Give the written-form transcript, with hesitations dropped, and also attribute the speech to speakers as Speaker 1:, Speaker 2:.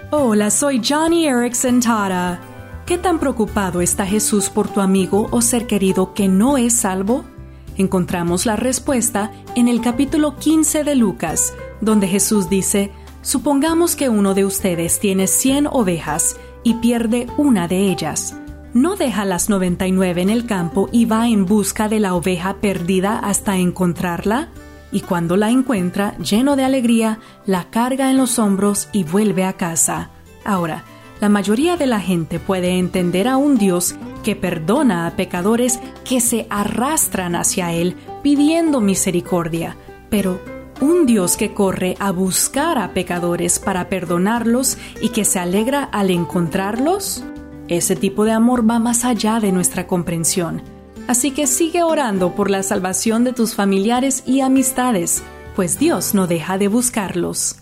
Speaker 1: Hola, soy Johnny Erickson Tara. ¿Qué tan preocupado está Jesús por tu amigo o ser querido que no es salvo? Encontramos la respuesta en el capítulo 15 de Lucas, donde Jesús dice: supongamos que uno de ustedes tiene 100 ovejas y pierde una de ellas. ¿No deja las 99 en el campo y va en busca de la oveja perdida hasta encontrarla? Y cuando la encuentra, lleno de alegría, la carga en los hombros y vuelve a casa. Ahora, la mayoría de la gente puede entender a un Dios que perdona a pecadores que se arrastran hacia Él pidiendo misericordia, pero un Dios que corre a buscar a pecadores para perdonarlos y que se alegra al encontrarlos, ese tipo de amor va más allá de nuestra comprensión. Así que sigue orando por la salvación de tus familiares y amistades, pues Dios no deja de buscarlos.